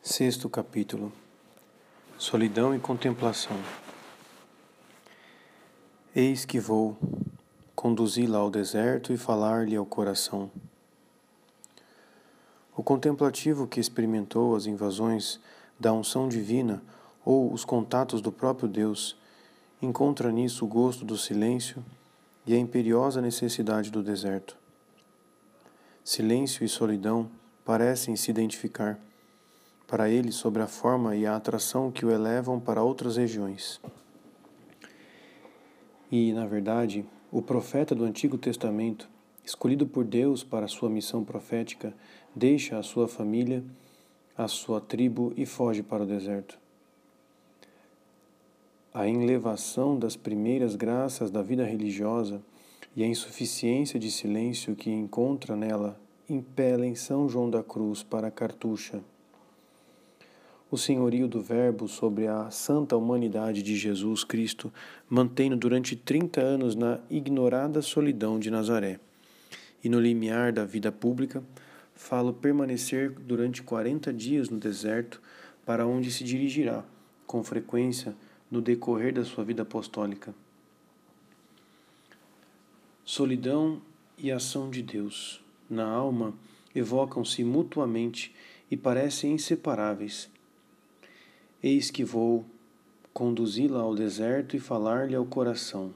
Sexto capítulo. Solidão e contemplação. Eis que vou conduzi-la ao deserto e falar-lhe ao coração. O contemplativo que experimentou as invasões da unção divina ou os contatos do próprio Deus encontra nisso o gosto do silêncio e a imperiosa necessidade do deserto. Silêncio e solidão parecem se identificar para ele sobre a forma e a atração que o elevam para outras regiões. E, na verdade, o profeta do Antigo Testamento, escolhido por Deus para sua missão profética, deixa a sua família, a sua tribo e foge para o deserto. A elevação das primeiras graças da vida religiosa e a insuficiência de silêncio que encontra nela impelem São João da Cruz para a Cartucha. O senhorio do Verbo sobre a santa humanidade de Jesus Cristo mantém-no durante 30 anos na ignorada solidão de Nazaré, e no limiar da vida pública, falo permanecer durante 40 dias no deserto, para onde se dirigirá, com frequência, no decorrer da sua vida apostólica. Solidão e ação de Deus, na alma, evocam-se mutuamente e parecem inseparáveis. Eis que vou conduzi-la ao deserto e falar-lhe ao coração.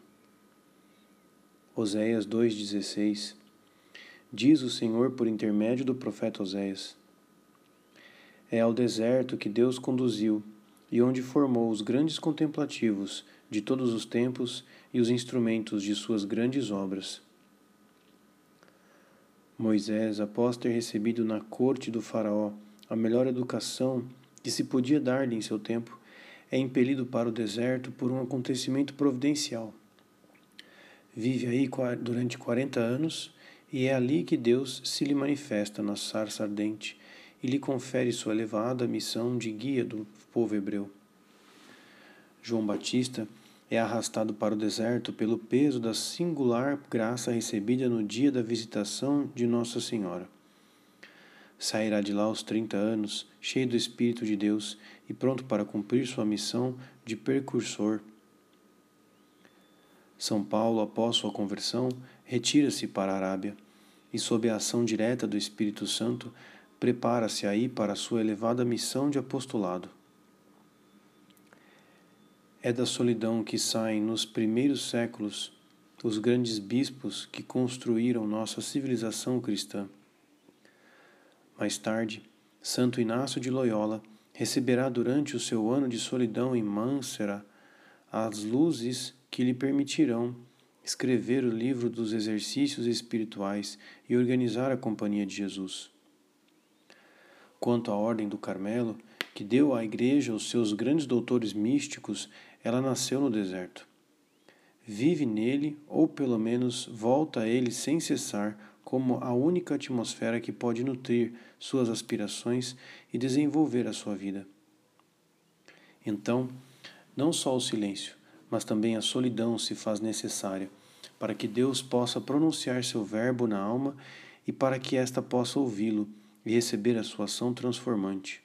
Oséias 2,16. Diz o Senhor por intermédio do profeta Oséias. É ao deserto que Deus conduziu e onde formou os grandes contemplativos de todos os tempos e os instrumentos de suas grandes obras. Moisés, após ter recebido na corte do faraó a melhor educação que se podia dar-lhe em seu tempo, é impelido para o deserto por um acontecimento providencial. Vive aí durante 40 anos e é ali que Deus se lhe manifesta na sarça ardente e lhe confere sua elevada missão de guia do povo hebreu. João Batista é arrastado para o deserto pelo peso da singular graça recebida no dia da visitação de Nossa Senhora. Sairá de lá aos 30 anos, cheio do Espírito de Deus e pronto para cumprir sua missão de precursor. São Paulo, após sua conversão, retira-se para a Arábia e, sob a ação direta do Espírito Santo, prepara-se aí para sua elevada missão de apostolado. É da solidão que saem nos primeiros séculos os grandes bispos que construíram nossa civilização cristã. Mais tarde, Santo Inácio de Loyola receberá durante o seu ano de solidão em Mansera as luzes que lhe permitirão escrever o livro dos exercícios espirituais e organizar a Companhia de Jesus. Quanto à Ordem do Carmelo, que deu à Igreja os seus grandes doutores místicos, ela nasceu no deserto. Vive nele, ou pelo menos volta a ele sem cessar, como a única atmosfera que pode nutrir suas aspirações e desenvolver a sua vida. Então, não só o silêncio, mas também a solidão se faz necessária, para que Deus possa pronunciar seu verbo na alma e para que esta possa ouvi-lo e receber a sua ação transformante.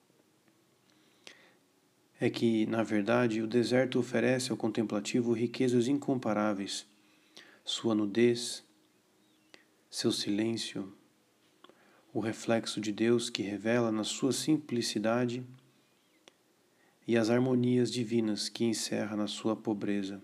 É que, na verdade, o deserto oferece ao contemplativo riquezas incomparáveis, sua nudez, seu silêncio, o reflexo de Deus que revela na sua simplicidade e as harmonias divinas que encerra na sua pobreza.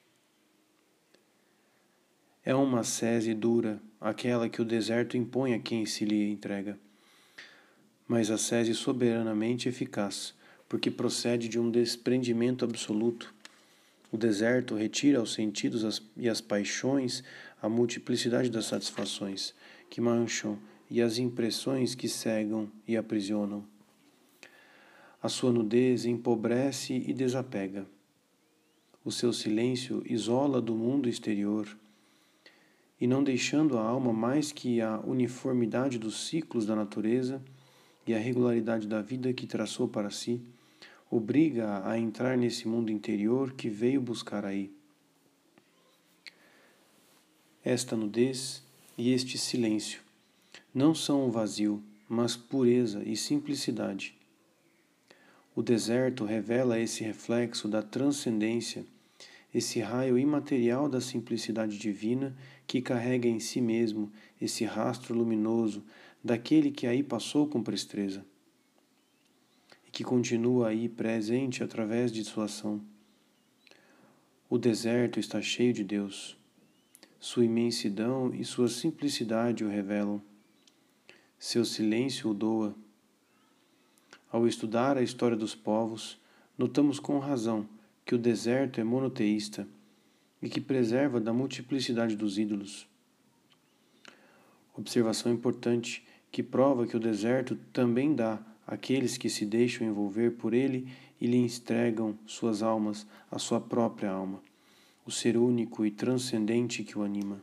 É uma ascese dura, aquela que o deserto impõe a quem se lhe entrega, mas ascese soberanamente eficaz, porque procede de um desprendimento absoluto. O deserto retira aos sentidos e às paixões a multiplicidade das satisfações que mancham e as impressões que cegam e aprisionam. A sua nudez empobrece e desapega. O seu silêncio isola do mundo exterior e, não deixando a alma mais que a uniformidade dos ciclos da natureza e a regularidade da vida que traçou para si, obriga-a a entrar nesse mundo interior que veio buscar aí. Esta nudez e este silêncio não são o vazio, mas pureza e simplicidade. O deserto revela esse reflexo da transcendência, esse raio imaterial da simplicidade divina que carrega em si mesmo esse rastro luminoso daquele que aí passou com presteza e que continua aí presente através de sua ação. O deserto está cheio de Deus. Sua imensidão e sua simplicidade o revelam. Seu silêncio o doa. Ao estudar a história dos povos, notamos com razão que o deserto é monoteísta e que preserva da multiplicidade dos ídolos. Observação importante que prova que o deserto também dá àqueles que se deixam envolver por ele e lhe entregam suas almas à sua própria alma, o ser único e transcendente que o anima.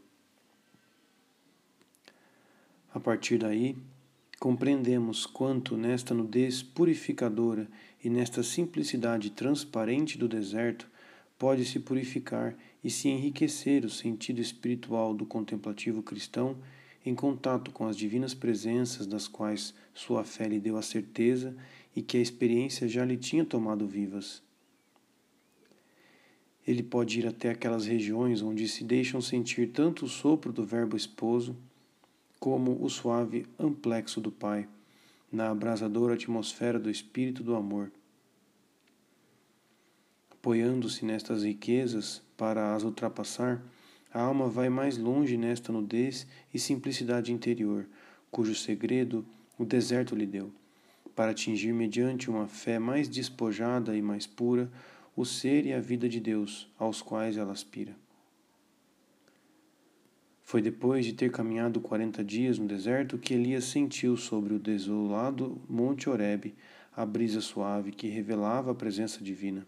A partir daí, compreendemos quanto nesta nudez purificadora e nesta simplicidade transparente do deserto pode se purificar e se enriquecer o sentido espiritual do contemplativo cristão em contato com as divinas presenças das quais sua fé lhe deu a certeza e que a experiência já lhe tinha tomado vivas. Ele pode ir até aquelas regiões onde se deixam sentir tanto o sopro do Verbo esposo como o suave amplexo do Pai, na abrasadora atmosfera do Espírito do Amor. Apoiando-se nestas riquezas para as ultrapassar, a alma vai mais longe nesta nudez e simplicidade interior, cujo segredo o deserto lhe deu, para atingir mediante uma fé mais despojada e mais pura o ser e a vida de Deus aos quais ela aspira. Foi depois de ter caminhado 40 dias no deserto que Elias sentiu sobre o desolado Monte Horebe a brisa suave que revelava a presença divina.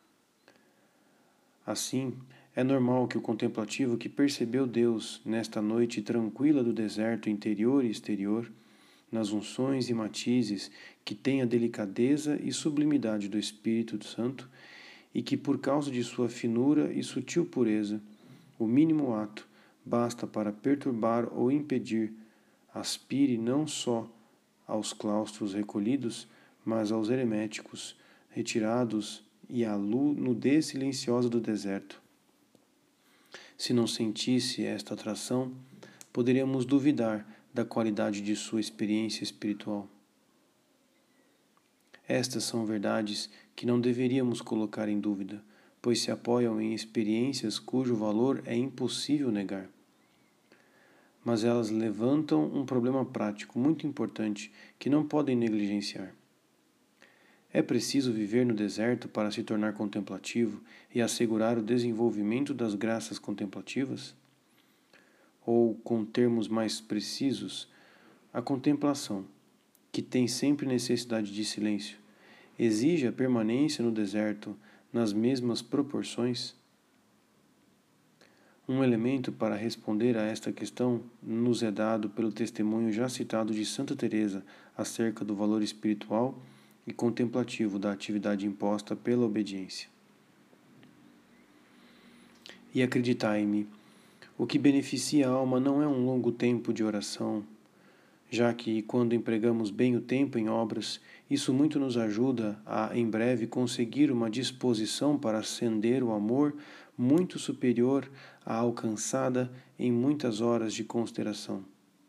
Assim, é normal que o contemplativo que percebeu Deus nesta noite tranquila do deserto interior e exterior, nas unções e matizes que tem a delicadeza e sublimidade do Espírito Santo, e que por causa de sua finura e sutil pureza, o mínimo ato basta para perturbar ou impedir, aspire não só aos claustros recolhidos, mas aos ereméticos, retirados e à nudez silenciosa do deserto. Se não sentisse esta atração, poderíamos duvidar da qualidade de sua experiência espiritual. Estas são verdades que não deveríamos colocar em dúvida, pois se apoiam em experiências cujo valor é impossível negar. Mas elas levantam um problema prático muito importante que não podem negligenciar. É preciso viver no deserto para se tornar contemplativo e assegurar o desenvolvimento das graças contemplativas? Ou, com termos mais precisos, a contemplação, que tem sempre necessidade de silêncio, exige a permanência no deserto nas mesmas proporções? Um elemento para responder a esta questão nos é dado pelo testemunho já citado de Santa Teresa acerca do valor espiritual e contemplativo da atividade imposta pela obediência. E acreditai-me, o que beneficia a alma não é um longo tempo de oração, já que, quando empregamos bem o tempo em obras, isso muito nos ajuda a, em breve, conseguir uma disposição para acender o amor muito superior à alcançada em muitas horas de consideração.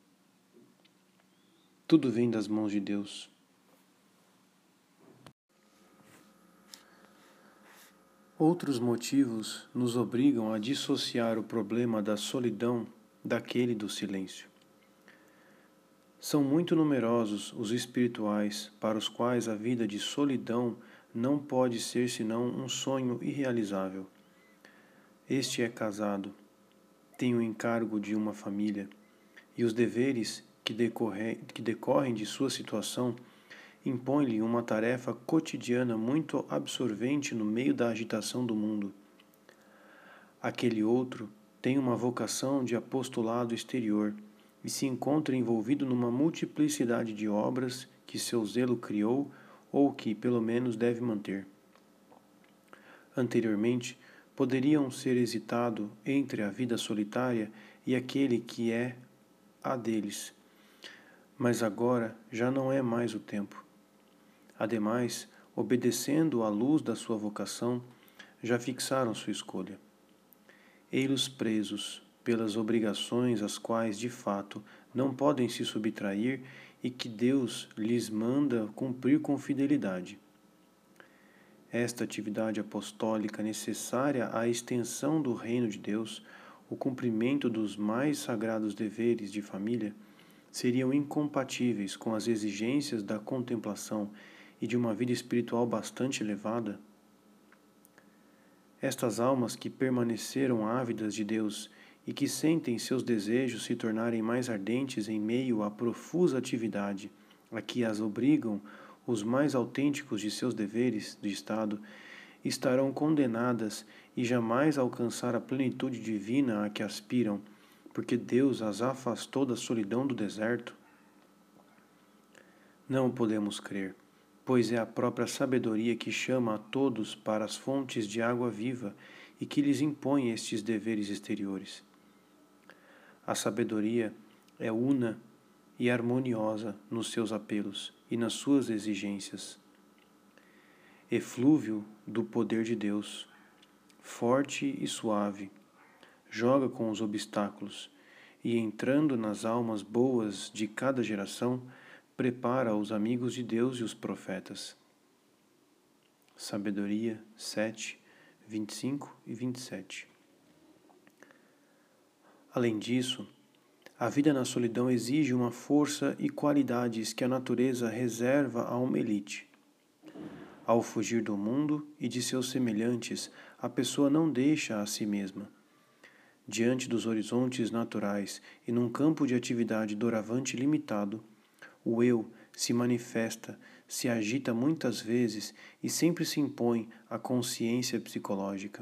Tudo vem das mãos de Deus. Outros motivos nos obrigam a dissociar o problema da solidão daquele do silêncio. São muito numerosos os espirituais para os quais a vida de solidão não pode ser senão um sonho irrealizável. Este é casado, tem o encargo de uma família, e os deveres que decorrem de sua situação impõem-lhe uma tarefa cotidiana muito absorvente no meio da agitação do mundo. Aquele outro tem uma vocação de apostolado exterior e se encontra envolvido numa multiplicidade de obras que seu zelo criou ou que, pelo menos, deve manter. Anteriormente, poderiam ser hesitado entre a vida solitária e aquele que é a deles, mas agora já não é mais o tempo. Ademais, obedecendo à luz da sua vocação, já fixaram sua escolha. Ei-los presos pelas obrigações às quais, de fato, não podem se subtrair e que Deus lhes manda cumprir com fidelidade. Esta atividade apostólica necessária à extensão do reino de Deus, o cumprimento dos mais sagrados deveres de família, seriam incompatíveis com as exigências da contemplação e de uma vida espiritual bastante elevada? Estas almas que permaneceram ávidas de Deus e que sentem seus desejos se tornarem mais ardentes em meio à profusa atividade a que as obrigam os mais autênticos de seus deveres de Estado, estarão condenadas e jamais alcançar a plenitude divina a que aspiram, porque Deus as afastou da solidão do deserto? Não o podemos crer, pois é a própria sabedoria que chama a todos para as fontes de água viva e que lhes impõe estes deveres exteriores. A sabedoria é una e harmoniosa nos seus apelos e nas suas exigências. Eflúvio do poder de Deus, forte e suave, joga com os obstáculos e, entrando nas almas boas de cada geração, prepara os amigos de Deus e os profetas. Sabedoria 7, 25 e 27. Além disso, a vida na solidão exige uma força e qualidades que a natureza reserva a uma elite. Ao fugir do mundo e de seus semelhantes, a pessoa não deixa a si mesma. Diante dos horizontes naturais e num campo de atividade doravante limitado, o eu se manifesta, se agita muitas vezes e sempre se impõe à consciência psicológica.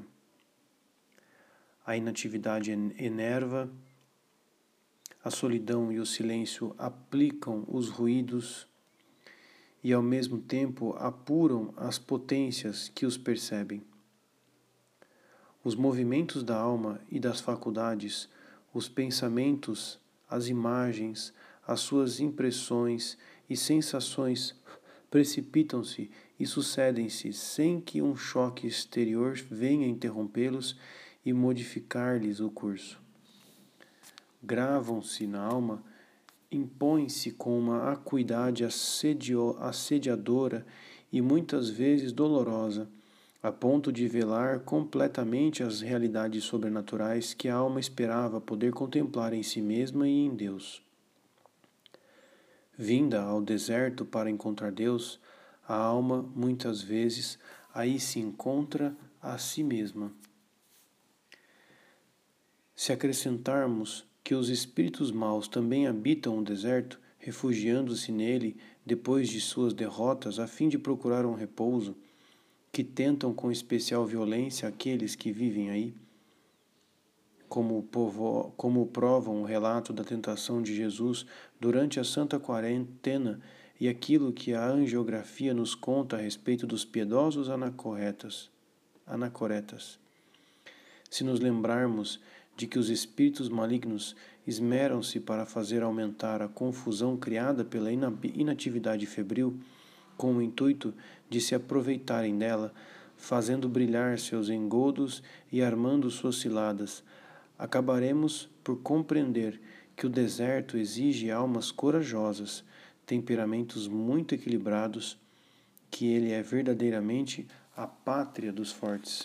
A inatividade enerva, a solidão e o silêncio aplicam os ruídos e, ao mesmo tempo, apuram as potências que os percebem. Os movimentos da alma e das faculdades, os pensamentos, as imagens, as suas impressões e sensações precipitam-se e sucedem-se sem que um choque exterior venha interrompê-los e modificar-lhes o curso. Gravam-se na alma, impõem-se com uma acuidade assediadora e muitas vezes dolorosa, a ponto de velar completamente as realidades sobrenaturais que a alma esperava poder contemplar em si mesma e em Deus. Vinda ao deserto para encontrar Deus, a alma, muitas vezes, aí se encontra a si mesma. Se acrescentarmos que os espíritos maus também habitam o deserto, refugiando-se nele depois de suas derrotas a fim de procurar um repouso, que tentam com especial violência aqueles que vivem aí, como provam o relato da tentação de Jesus durante a Santa Quarentena e aquilo que a angiografia nos conta a respeito dos piedosos anacoretas. Se nos lembrarmos de que os espíritos malignos esmeram-se para fazer aumentar a confusão criada pela inatividade febril, com o intuito de se aproveitarem dela, fazendo brilhar seus engodos e armando suas ciladas, acabaremos por compreender que o deserto exige almas corajosas, temperamentos muito equilibrados, que ele é verdadeiramente a pátria dos fortes.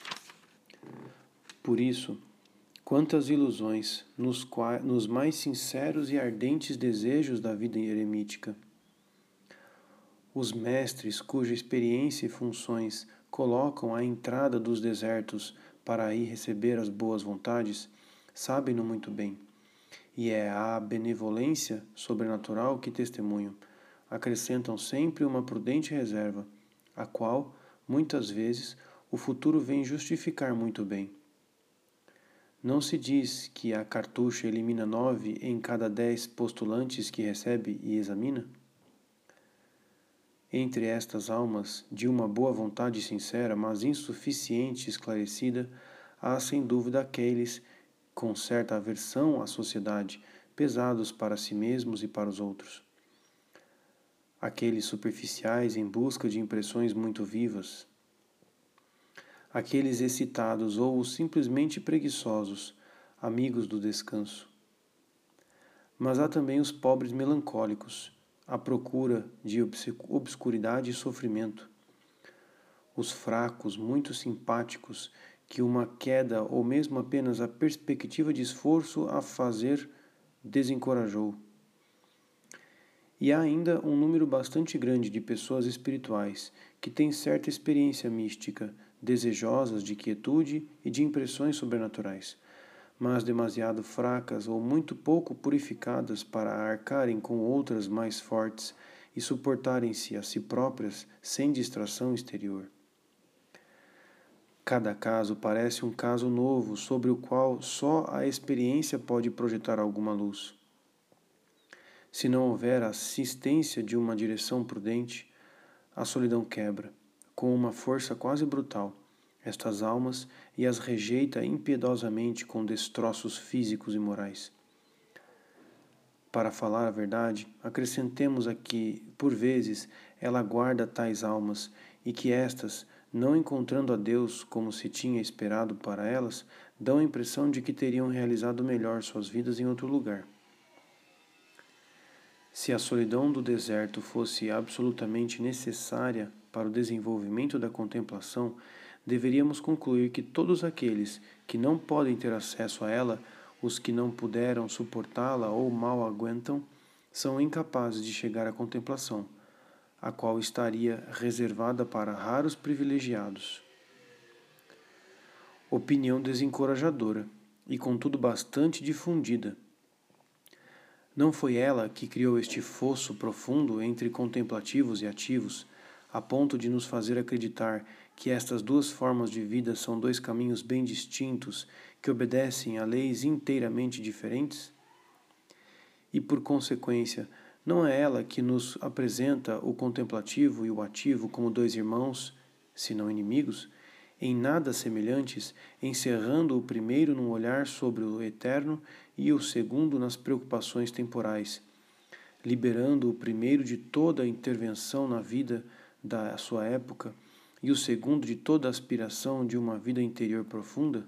Por isso, quantas ilusões nos mais sinceros e ardentes desejos da vida eremítica. Os mestres cuja experiência e funções colocam à entrada dos desertos para aí receber as boas vontades, sabem-no muito bem, e é a benevolência sobrenatural que testemunham, acrescentam sempre uma prudente reserva, a qual, muitas vezes, o futuro vem justificar muito bem. Não se diz que a cartucha elimina 9 em cada 10 postulantes que recebe e examina? Entre estas almas, de uma boa vontade sincera, mas insuficiente e esclarecida, há sem dúvida aqueles, com certa aversão à sociedade, pesados para si mesmos e para os outros. aqueles superficiais em busca de impressões muito vivas, aqueles excitados ou simplesmente preguiçosos, amigos do descanso. Mas há também os pobres melancólicos, à procura de obscuridade e sofrimento, os fracos, muito simpáticos, que uma queda ou mesmo apenas a perspectiva de esforço a fazer desencorajou. E há ainda um número bastante grande de pessoas espirituais que têm certa experiência mística, desejosas de quietude e de impressões sobrenaturais, mas demasiado fracas ou muito pouco purificadas para arcarem com outras mais fortes e suportarem-se a si próprias sem distração exterior. Cada caso parece um caso novo sobre o qual só a experiência pode projetar alguma luz. Se não houver a assistência de uma direção prudente, a solidão quebra, com uma força quase brutal, estas almas e as rejeita impiedosamente com destroços físicos e morais. Para falar a verdade, acrescentemos aqui, por vezes, ela guarda tais almas e que estas, não encontrando a Deus como se tinha esperado para elas, dão a impressão de que teriam realizado melhor suas vidas em outro lugar. Se a solidão do deserto fosse absolutamente necessária para o desenvolvimento da contemplação, deveríamos concluir que todos aqueles que não podem ter acesso a ela, os que não puderam suportá-la ou mal aguentam, são incapazes de chegar à contemplação, a qual estaria reservada para raros privilegiados. Opinião desencorajadora e, contudo, bastante difundida. Não foi ela que criou este fosso profundo entre contemplativos e ativos, a ponto de nos fazer acreditar que estas duas formas de vida são dois caminhos bem distintos que obedecem a leis inteiramente diferentes? E, por consequência, não é ela que nos apresenta o contemplativo e o ativo como dois irmãos, se não inimigos, em nada semelhantes, encerrando o primeiro num olhar sobre o eterno e o segundo nas preocupações temporais, liberando o primeiro de toda a intervenção na vida da sua época e o segundo de toda a aspiração de uma vida interior profunda?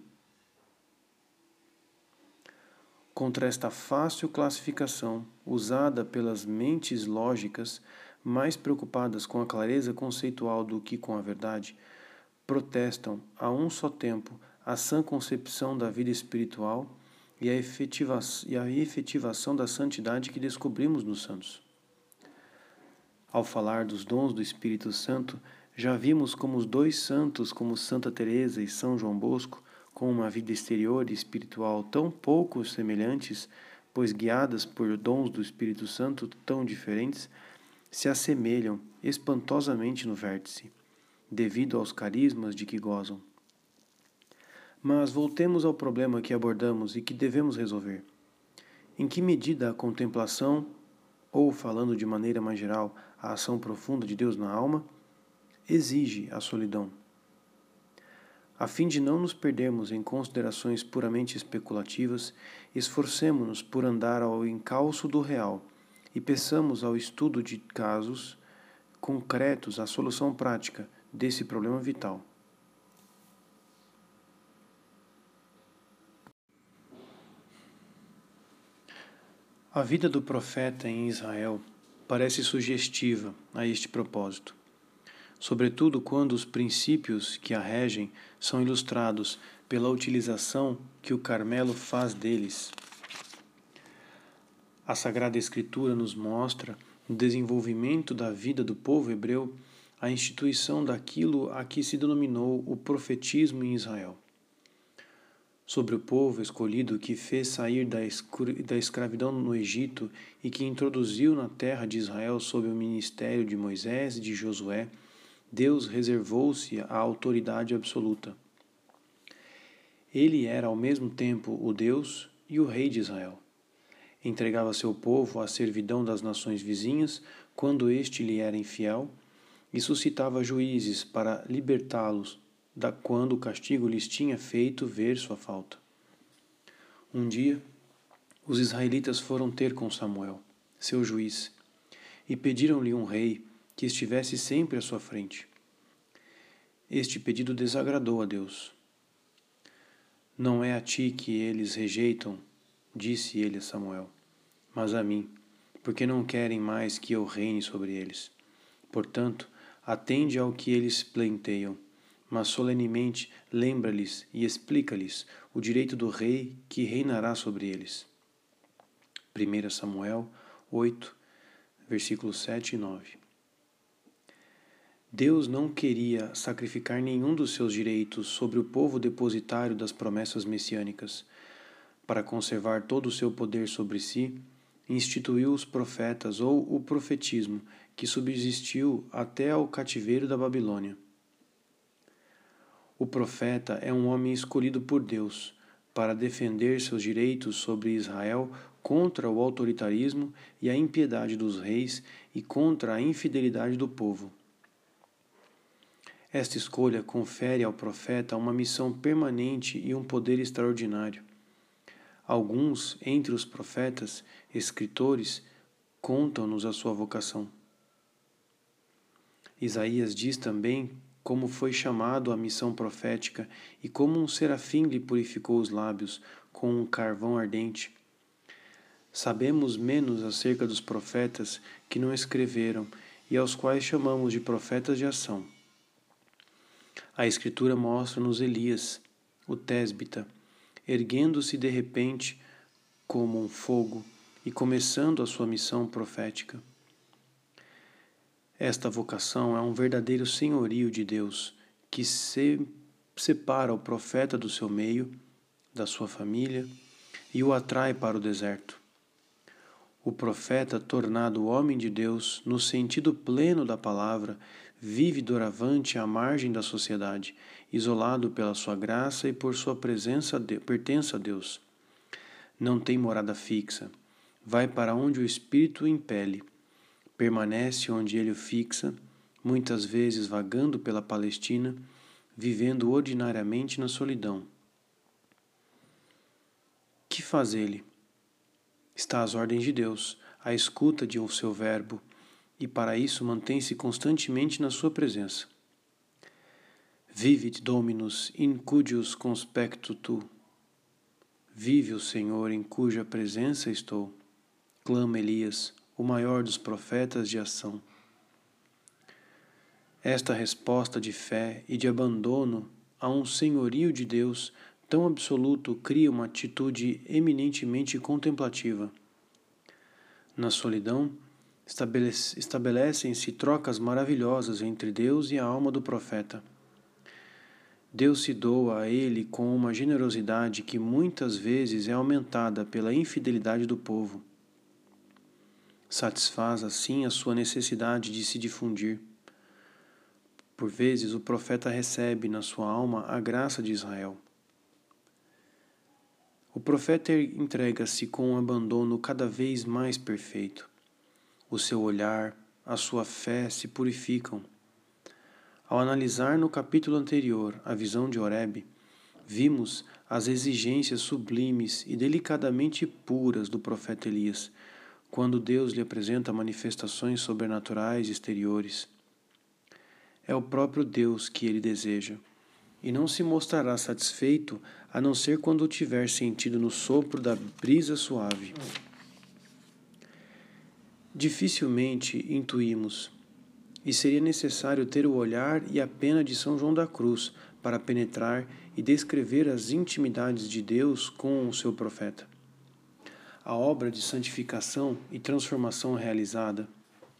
Contra esta fácil classificação, usada pelas mentes lógicas, mais preocupadas com a clareza conceitual do que com a verdade, protestam a um só tempo a sã concepção da vida espiritual e a efetivação da santidade que descobrimos nos santos. Ao falar dos dons do Espírito Santo, já vimos como os dois santos, como Santa Teresa e São João Bosco, com uma vida exterior e espiritual tão pouco semelhantes, pois guiadas por dons do Espírito Santo tão diferentes, se assemelham espantosamente no vértice, devido aos carismas de que gozam. Mas voltemos ao problema que abordamos e que devemos resolver. Em que medida a contemplação, ou falando de maneira mais geral, a ação profunda de Deus na alma, exige a solidão? A fim de não nos perdermos em considerações puramente especulativas, esforcemo-nos por andar ao encalço do real e peçamos ao estudo de casos concretos a solução prática desse problema vital. A vida do profeta em Israel parece sugestiva a este propósito, sobretudo quando os princípios que a regem são ilustrados pela utilização que o Carmelo faz deles. A Sagrada Escritura nos mostra, no desenvolvimento da vida do povo hebreu, a instituição daquilo a que se denominou o profetismo em Israel. Sobre o povo escolhido que fez sair da escravidão no Egito e que introduziu na terra de Israel sob o ministério de Moisés e de Josué, Deus reservou-se a autoridade absoluta. Ele era ao mesmo tempo o Deus e o Rei de Israel. Entregava seu povo à servidão das nações vizinhas quando este lhe era infiel e suscitava juízes para libertá-los quando o castigo lhes tinha feito ver sua falta. Um dia, os israelitas foram ter com Samuel, seu juiz, e pediram-lhe um rei que estivesse sempre à sua frente. Este pedido desagradou a Deus. Não é a ti que eles rejeitam, disse ele a Samuel, mas a mim, porque não querem mais que eu reine sobre eles. Portanto, atende ao que eles pleiteiam, mas solenemente lembra-lhes e explica-lhes o direito do rei que reinará sobre eles. 1 Samuel 8, versículos 7 e 9. Deus não queria sacrificar nenhum dos seus direitos sobre o povo depositário das promessas messiânicas. Para conservar todo o seu poder sobre si, instituiu os profetas ou o profetismo, que subsistiu até ao cativeiro da Babilônia. O profeta é um homem escolhido por Deus para defender seus direitos sobre Israel contra o autoritarismo e a impiedade dos reis e contra a infidelidade do povo. Esta escolha confere ao profeta uma missão permanente e um poder extraordinário. Alguns entre os profetas, escritores, contam-nos a sua vocação. Isaías diz também como foi chamado à missão profética e como um serafim lhe purificou os lábios com um carvão ardente. Sabemos menos acerca dos profetas que não escreveram e aos quais chamamos de profetas de ação. A Escritura mostra-nos Elias, o tésbita, erguendo-se de repente como um fogo e começando a sua missão profética. Esta vocação é um verdadeiro senhorio de Deus, que separa o profeta do seu meio, da sua família, e o atrai para o deserto. O profeta, tornado homem de Deus, no sentido pleno da palavra, vive doravante à margem da sociedade, isolado pela sua graça e por sua pertença a Deus. Não tem morada fixa, vai para onde o Espírito o impele. Permanece onde ele o fixa, muitas vezes vagando pela Palestina, vivendo ordinariamente na solidão. Que faz ele? Está às ordens de Deus, à escuta de o seu verbo, e para isso mantém-se constantemente na sua presença. Vivit Dominus in cuius conspectu tu. Vive o Senhor em cuja presença estou, clama Elias, o maior dos profetas de ação. Esta resposta de fé e de abandono a um senhorio de Deus tão absoluto cria uma atitude eminentemente contemplativa. Na solidão, estabelecem-se trocas maravilhosas entre Deus e a alma do profeta. Deus se doa a ele com uma generosidade que muitas vezes é aumentada pela infidelidade do povo. Satisfaz assim a sua necessidade de se difundir. Por vezes o profeta recebe na sua alma a graça de Israel. O profeta entrega-se com um abandono cada vez mais perfeito. O seu olhar, a sua fé se purificam. Ao analisar no capítulo anterior a visão de Horebe, vimos as exigências sublimes e delicadamente puras do profeta Elias, quando Deus lhe apresenta manifestações sobrenaturais exteriores. É o próprio Deus que ele deseja, e não se mostrará satisfeito a não ser quando o tiver sentido no sopro da brisa suave. Dificilmente intuímos, e seria necessário ter o olhar e a pena de São João da Cruz para penetrar e descrever as intimidades de Deus com o seu profeta. A obra de santificação e transformação realizada.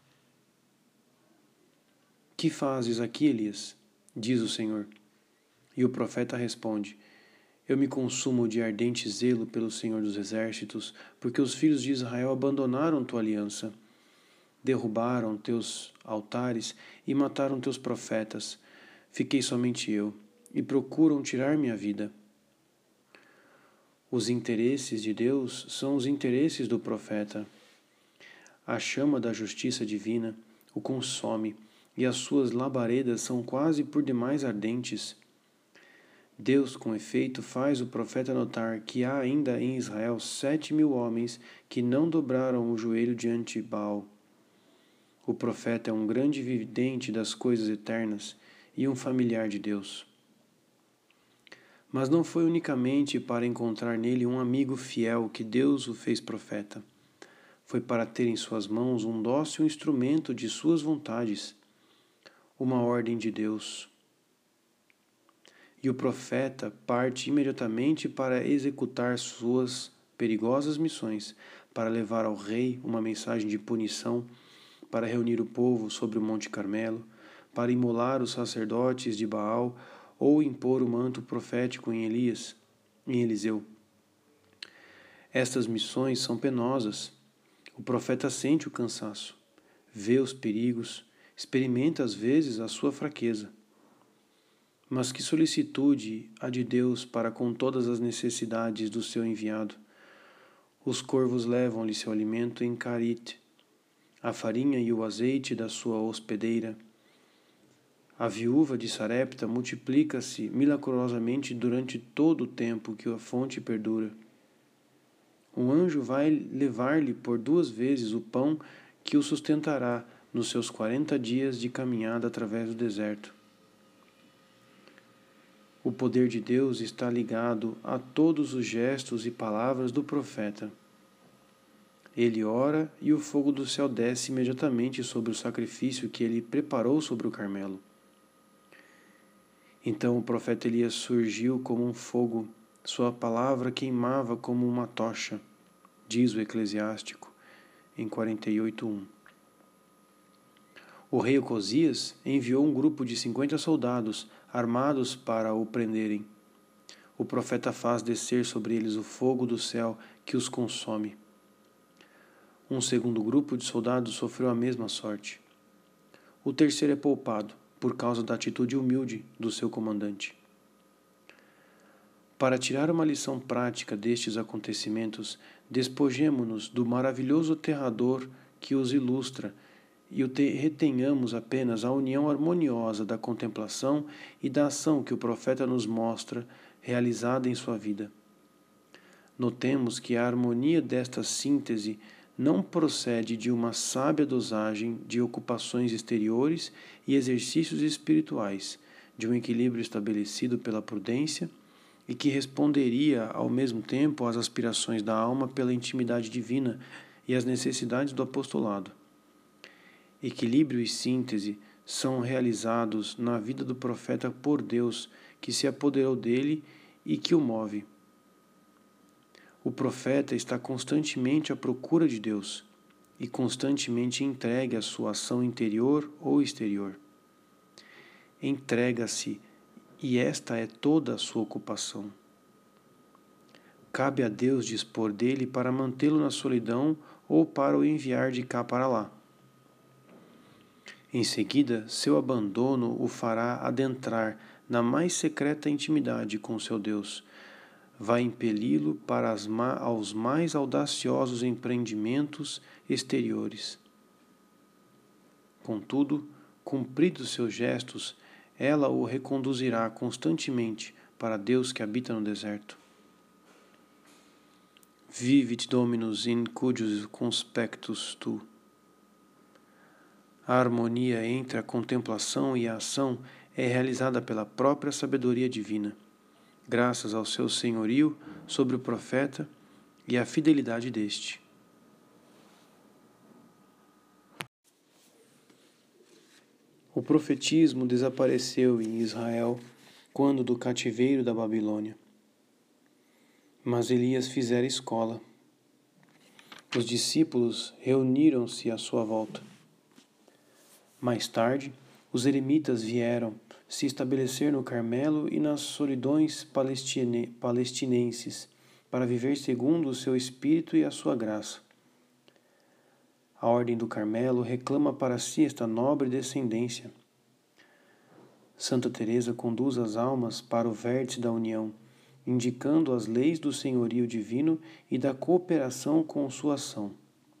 Que fazes aqui, Elias? Diz o Senhor. E o profeta responde: Eu me consumo de ardente zelo pelo Senhor dos Exércitos, porque os filhos de Israel abandonaram tua aliança, derrubaram teus altares e mataram teus profetas. Fiquei somente eu, e procuram tirar minha vida. Os interesses de Deus são os interesses do profeta. A chama da justiça divina o consome, e as suas labaredas são quase por demais ardentes. Deus, com efeito, faz o profeta notar que há ainda em Israel 7.000 homens que não dobraram o joelho diante de Baal. O profeta é um grande vidente das coisas eternas e um familiar de Deus. Mas não foi unicamente para encontrar nele um amigo fiel que Deus o fez profeta. Foi para ter em suas mãos um dócil instrumento de suas vontades, uma ordem de Deus. E o profeta parte imediatamente para executar suas perigosas missões, para levar ao rei uma mensagem de punição, para reunir o povo sobre o Monte Carmelo, para imolar os sacerdotes de Baal ou impor o manto profético em Eliseu. Estas missões são penosas. O profeta sente o cansaço, vê os perigos, experimenta às vezes a sua fraqueza. Mas que solicitude a de Deus para com todas as necessidades do seu enviado. Os corvos levam-lhe seu alimento em Carite, a farinha e o azeite da sua hospedeira. A viúva de Sarepta multiplica-se milagrosamente durante todo o tempo que a fonte perdura. Um anjo vai levar-lhe por 2 vezes o pão que o sustentará nos seus 40 dias de caminhada através do deserto. O poder de Deus está ligado a todos os gestos e palavras do profeta. Ele ora e o fogo do céu desce imediatamente sobre o sacrifício que ele preparou sobre o Carmelo. Então o profeta Elias surgiu como um fogo, sua palavra queimava como uma tocha, diz o Eclesiástico, em 48:1. O rei Ocosias enviou um grupo de 50 soldados armados para o prenderem. O profeta faz descer sobre eles o fogo do céu que os consome. Um segundo grupo de soldados sofreu a mesma sorte. O terceiro é poupado, por causa da atitude humilde do seu comandante. Para tirar uma lição prática destes acontecimentos, despojemo-nos do maravilhoso aterrador que os ilustra e retenhamos apenas a união harmoniosa da contemplação e da ação que o profeta nos mostra realizada em sua vida. Notemos que a harmonia desta síntese não procede de uma sábia dosagem de ocupações exteriores e exercícios espirituais, de um equilíbrio estabelecido pela prudência e que responderia ao mesmo tempo às aspirações da alma pela intimidade divina e às necessidades do apostolado. Equilíbrio e síntese são realizados na vida do profeta por Deus, que se apoderou dele e que o move. O profeta está constantemente à procura de Deus e constantemente entregue à sua ação interior ou exterior. Entrega-se, e esta é toda a sua ocupação. Cabe a Deus dispor dele para mantê-lo na solidão ou para o enviar de cá para lá. Em seguida, seu abandono o fará adentrar na mais secreta intimidade com seu Deus. Vai impeli-lo para aos mais audaciosos empreendimentos exteriores. Contudo, cumpridos seus gestos, ela o reconduzirá constantemente para Deus que habita no deserto. Vivit Dominus in cuius conspectus tu. A harmonia entre a contemplação e a ação é realizada pela própria sabedoria divina, graças ao seu senhorio sobre o profeta e à fidelidade deste. O profetismo desapareceu em Israel quando do cativeiro da Babilônia. Mas Elias fizera escola. Os discípulos reuniram-se à sua volta. Mais tarde, os eremitas vieram se estabelecer no Carmelo e nas solidões palestinenses, para viver segundo o seu espírito e a sua graça. A Ordem do Carmelo reclama para si esta nobre descendência. Santa Teresa conduz as almas para o vértice da união, indicando as leis do senhorio divino e da cooperação com sua ação.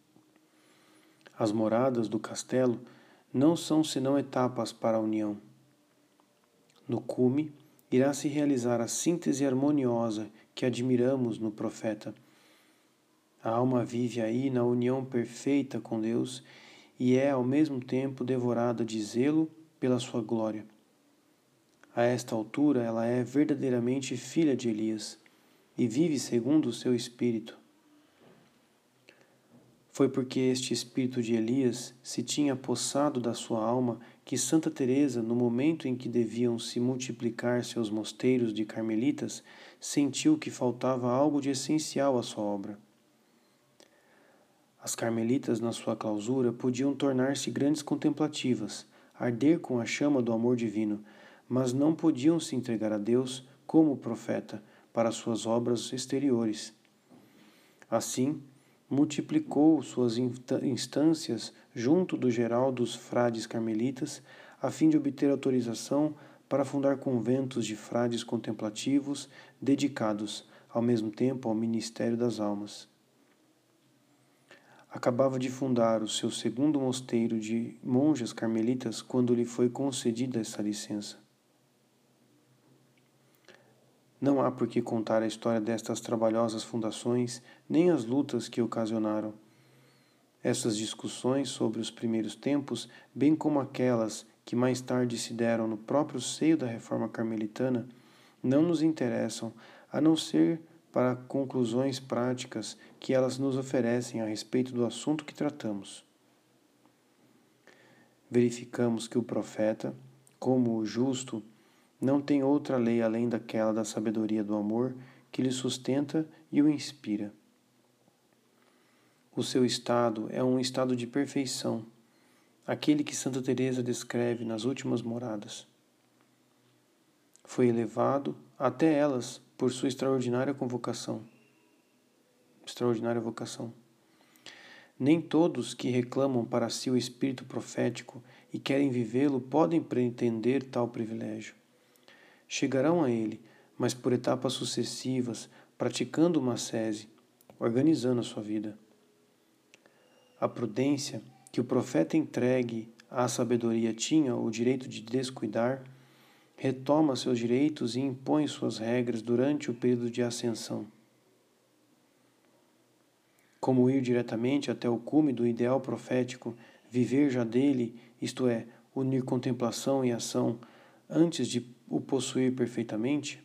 As moradas do castelo não são senão etapas para a união. No cume, irá se realizar a síntese harmoniosa que admiramos no profeta. A alma vive aí na união perfeita com Deus e é ao mesmo tempo devorada de zelo pela sua glória. A esta altura ela é verdadeiramente filha de Elias e vive segundo o seu espírito. Foi porque este espírito de Elias se tinha apossado da sua alma que Santa Teresa, no momento em que deviam se multiplicar seus mosteiros de carmelitas, sentiu que faltava algo de essencial à sua obra. As carmelitas, na sua clausura, podiam tornar-se grandes contemplativas, arder com a chama do amor divino, mas não podiam se entregar a Deus como profeta para suas obras exteriores. Assim, multiplicou suas instâncias junto do geral dos frades carmelitas, a fim de obter autorização para fundar conventos de frades contemplativos dedicados, ao mesmo tempo, ao ministério das almas. Acabava de fundar o seu segundo mosteiro de monjas carmelitas quando lhe foi concedida essa licença. Não há por que contar a história destas trabalhosas fundações, nem as lutas que ocasionaram. Essas discussões sobre os primeiros tempos, bem como aquelas que mais tarde se deram no próprio seio da reforma carmelitana, não nos interessam, a não ser para conclusões práticas que elas nos oferecem a respeito do assunto que tratamos. Verificamos que o profeta, como o justo, não tem outra lei além daquela da sabedoria do amor que lhe sustenta e o inspira. O seu estado é um estado de perfeição, aquele que Santa Teresa descreve nas últimas moradas. Foi elevado até elas por sua extraordinária vocação. Nem todos que reclamam para si o espírito profético e querem vivê-lo podem pretender tal privilégio. Chegarão a ele, mas por etapas sucessivas, praticando uma ascese, organizando a sua vida. A prudência que o profeta entregue à sabedoria tinha o direito de descuidar, retoma seus direitos e impõe suas regras durante o período de ascensão. Como ir diretamente até o cume do ideal profético, viver já dele, isto é, unir contemplação e ação, antes de o possuir perfeitamente?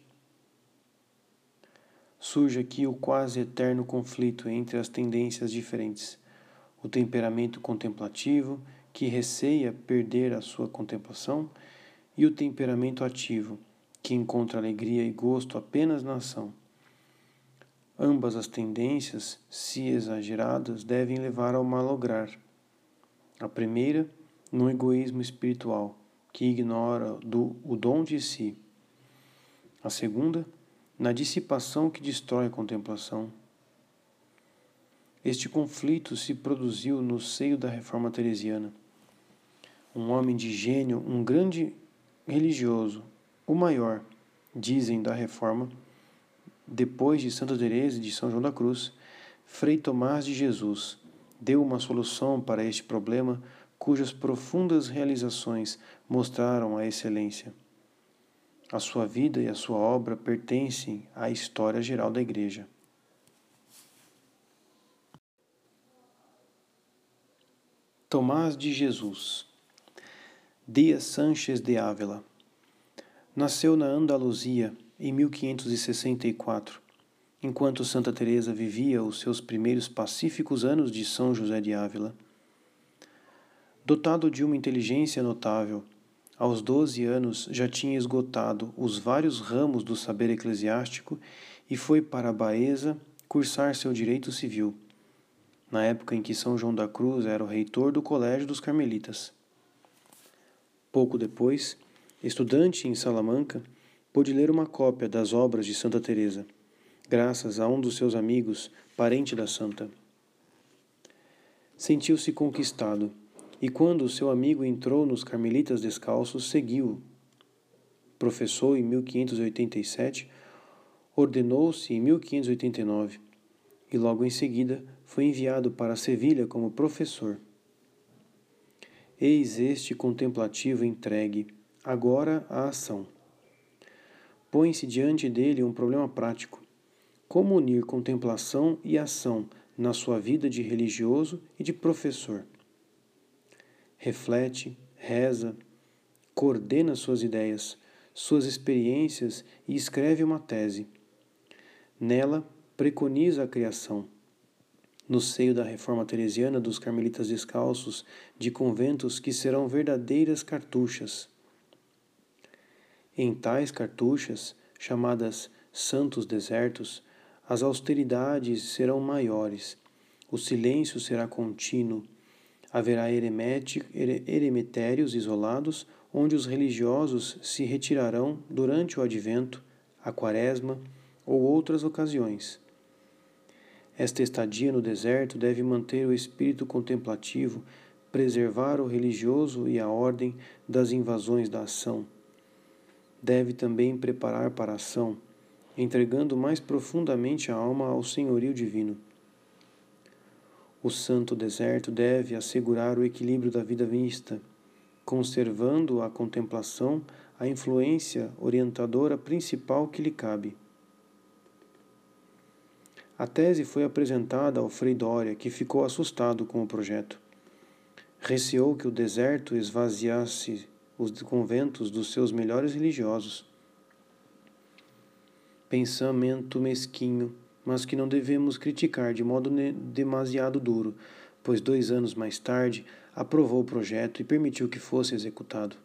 Surge aqui o quase eterno conflito entre as tendências diferentes. O temperamento contemplativo, que receia perder a sua contemplação, e o temperamento ativo, que encontra alegria e gosto apenas na ação. Ambas as tendências, se exageradas, devem levar ao malograr. A primeira, no egoísmo espiritual, que ignora o dom de si. A segunda, na dissipação que destrói a contemplação. Este conflito se produziu no seio da reforma teresiana. Um homem de gênio, um grande religioso, o maior, dizem da reforma, depois de Santa Teresa e de São João da Cruz, Frei Tomás de Jesus, deu uma solução para este problema cujas profundas realizações mostraram a excelência. A sua vida e a sua obra pertencem à história geral da Igreja. Tomás de Jesus. Díaz Sánchez de Ávila. Nasceu na Andaluzia em 1564, enquanto Santa Teresa vivia os seus primeiros pacíficos anos de São José de Ávila. Dotado de uma inteligência notável, aos 12 anos já tinha esgotado os vários ramos do saber eclesiástico e foi para a Baeza cursar seu direito civil, na época em que São João da Cruz era o reitor do Colégio dos Carmelitas. Pouco depois, estudante em Salamanca, pôde ler uma cópia das obras de Santa Teresa, graças a um dos seus amigos, parente da santa. Sentiu-se conquistado, e quando o seu amigo entrou nos Carmelitas Descalços, seguiu-o. Professou em 1587, ordenou-se em 1589, e logo em seguida foi enviado para Sevilha como professor. Eis este contemplativo entregue, agora à ação. Põe-se diante dele um problema prático. Como unir contemplação e ação na sua vida de religioso e de professor? reflete, reza, coordena suas ideias, suas experiências e escreve uma tese. Nela, preconiza a criação, no seio da reforma teresiana dos carmelitas descalços, de conventos que serão verdadeiras cartuchas. Em tais cartuchas, chamadas santos desertos, as austeridades serão maiores, o silêncio será contínuo, haverá eremitérios isolados, onde os religiosos se retirarão durante o advento, a quaresma ou outras ocasiões. Esta estadia no deserto deve manter o espírito contemplativo, preservar o religioso e a ordem das invasões da ação. Deve também preparar para a ação, entregando mais profundamente a alma ao senhorio divino. O santo deserto deve assegurar o equilíbrio da vida mista, conservando a contemplação a influência orientadora principal que lhe cabe. A tese foi apresentada ao Frei Doria, que ficou assustado com o projeto. Receou que o deserto esvaziasse os conventos dos seus melhores religiosos. Pensamento mesquinho, mas que não devemos criticar de modo demasiado duro, pois 2 anos mais tarde aprovou o projeto e permitiu que fosse executado.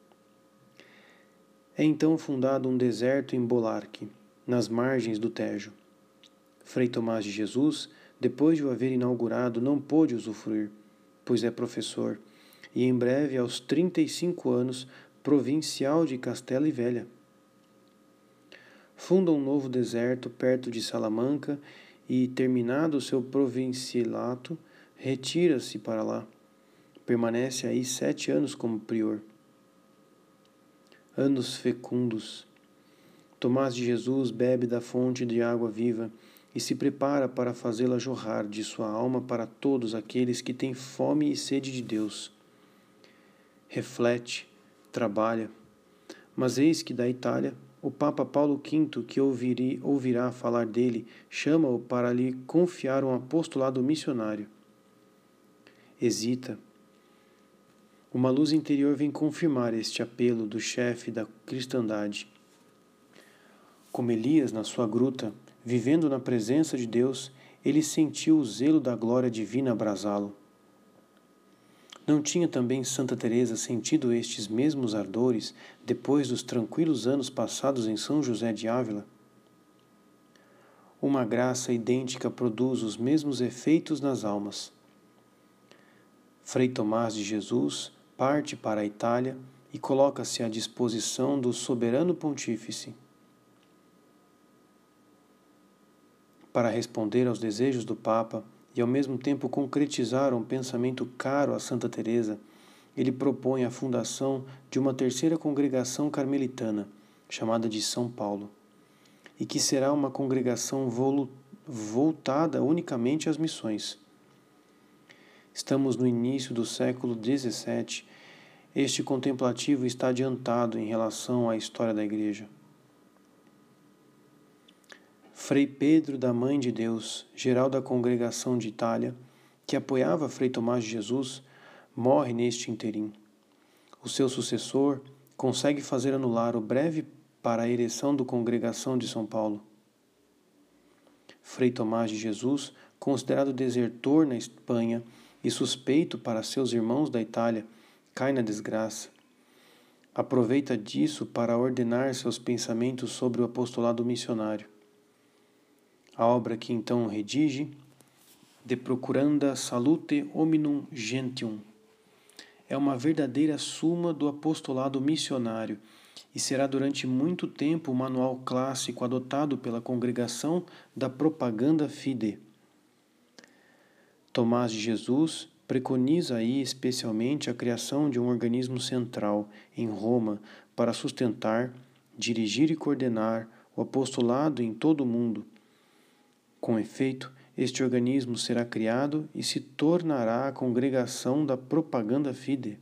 É então fundado um deserto em Bolarque, nas margens do Tejo. Frei Tomás de Jesus, depois de o haver inaugurado, não pôde usufruir, pois é professor, e em breve, aos 35 anos, provincial de Castela e Velha. Funda um novo deserto perto de Salamanca e, terminado o seu provincialato, retira-se para lá. Permanece aí 7 anos como prior. Anos fecundos. Tomás de Jesus bebe da fonte de água viva e se prepara para fazê-la jorrar de sua alma para todos aqueles que têm fome e sede de Deus. Reflete, trabalha, mas eis que da Itália, o Papa Paulo V, que ouvirá falar dele, chama-o para lhe confiar um apostolado missionário. Hesita. Uma luz interior vem confirmar este apelo do chefe da cristandade. Como Elias na sua gruta, vivendo na presença de Deus, ele sentiu o zelo da glória divina abrasá-lo. Não tinha também Santa Teresa sentido estes mesmos ardores depois dos tranquilos anos passados em São José de Ávila? Uma graça idêntica produz os mesmos efeitos nas almas. Frei Tomás de Jesus parte para a Itália e coloca-se à disposição do soberano pontífice. Para responder aos desejos do Papa e ao mesmo tempo concretizar um pensamento caro a Santa Teresa, ele propõe a fundação de uma terceira congregação carmelitana, chamada de São Paulo, e que será uma congregação voltada unicamente às missões. Estamos no início do século XVII. Este contemplativo está adiantado em relação à história da Igreja. Frei Pedro da Mãe de Deus, geral da Congregação de Itália, que apoiava Frei Tomás de Jesus, morre neste interim. O seu sucessor consegue fazer anular o breve para a ereção da Congregação de São Paulo. Frei Tomás de Jesus, considerado desertor na Espanha e suspeito para seus irmãos da Itália, cai na desgraça. Aproveita disso para ordenar seus pensamentos sobre o apostolado missionário. A obra que então redige, De Procuranda Salute Hominum Gentium, é uma verdadeira suma do apostolado missionário e será durante muito tempo o manual clássico adotado pela Congregação da Propaganda Fide. Tomás de Jesus preconiza aí especialmente a criação de um organismo central em Roma para sustentar, dirigir e coordenar o apostolado em todo o mundo. Com efeito, este organismo será criado e se tornará a Congregação da Propaganda Fide.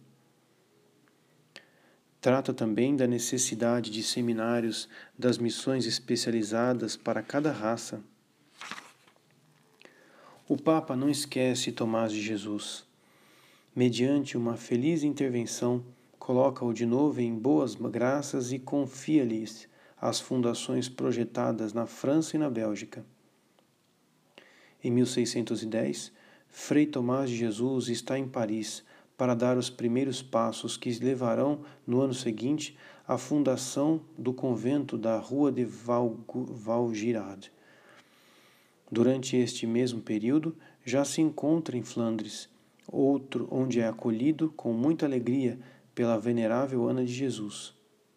Trata também da necessidade de seminários das missões especializadas para cada raça. O Papa não esquece Tomás de Jesus. mediante uma feliz intervenção, coloca-o de novo em boas graças e confia-lhes as fundações projetadas na França e na Bélgica. Em 1610, Frei Tomás de Jesus está em Paris para dar os primeiros passos que levarão, no ano seguinte, à fundação do convento da Rua de Vaugirard. Durante este mesmo período, já se encontra em Flandres, onde é acolhido com muita alegria pela venerável Ana de Jesus.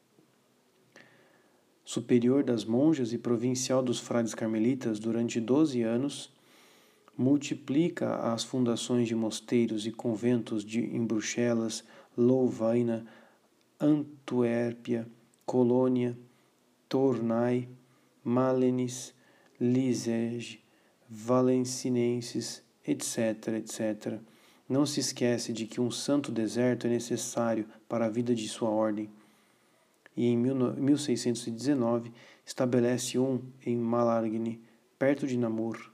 Superior das monjas e provincial dos frades carmelitas durante 12 anos, multiplica as fundações de mosteiros e conventos em Bruxelas, Louvaina, Antuérpia, Colônia, Tournai, Malines, Liège, Valenciennes, etc., etc. Não se esquece de que um santo deserto é necessário para a vida de sua ordem. E em 1619 estabelece um em Malargny, perto de Namur.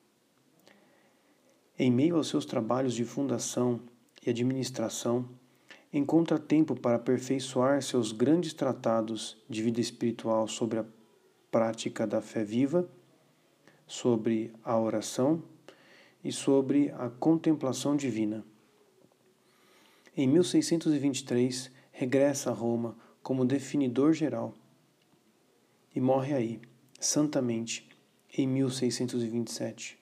Em meio aos seus trabalhos de fundação e administração, encontra tempo para aperfeiçoar seus grandes tratados de vida espiritual sobre a prática da fé viva, sobre a oração e sobre a contemplação divina. Em 1623, regressa a Roma como definidor geral e morre aí, santamente, em 1627.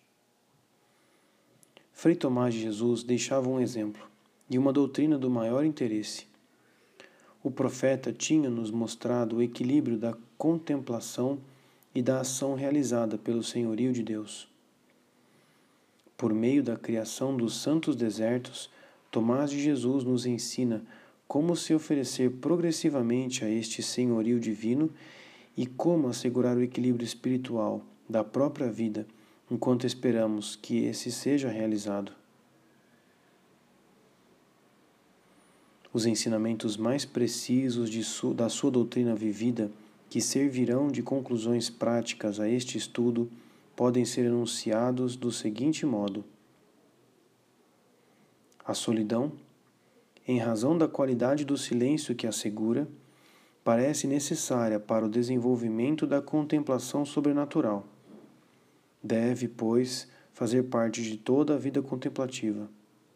Frei Tomás de Jesus deixava um exemplo e uma doutrina do maior interesse. O profeta tinha-nos mostrado o equilíbrio da contemplação e da ação realizada pelo senhorio de Deus. Por meio da criação dos santos desertos, Tomás de Jesus nos ensina como se oferecer progressivamente a este senhorio divino e como assegurar o equilíbrio espiritual da própria vida, enquanto esperamos que esse seja realizado. Os ensinamentos mais precisos da sua doutrina vivida, que servirão de conclusões práticas a este estudo, podem ser enunciados do seguinte modo: a solidão, em razão da qualidade do silêncio que assegura, parece necessária para o desenvolvimento da contemplação sobrenatural. Deve, pois, fazer parte de toda a vida contemplativa.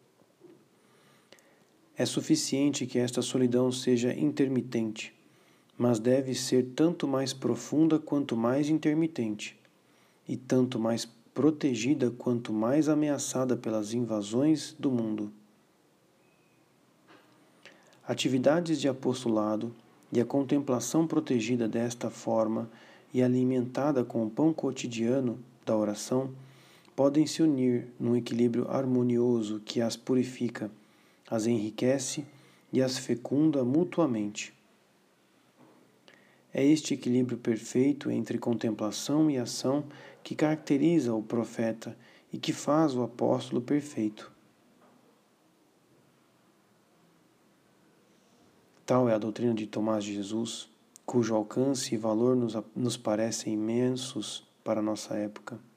É suficiente que esta solidão seja intermitente, mas deve ser tanto mais profunda quanto mais intermitente, e tanto mais protegida quanto mais ameaçada pelas invasões do mundo. Atividades de apostolado e a contemplação protegida desta forma e alimentada com o pão cotidiano da oração podem se unir num equilíbrio harmonioso que as purifica, as enriquece e as fecunda mutuamente. É este equilíbrio perfeito entre contemplação e ação que caracteriza o profeta e que faz o apóstolo perfeito. Tal é a doutrina de Tomás de Jesus, cujo alcance e valor nos parecem imensos para a nossa época.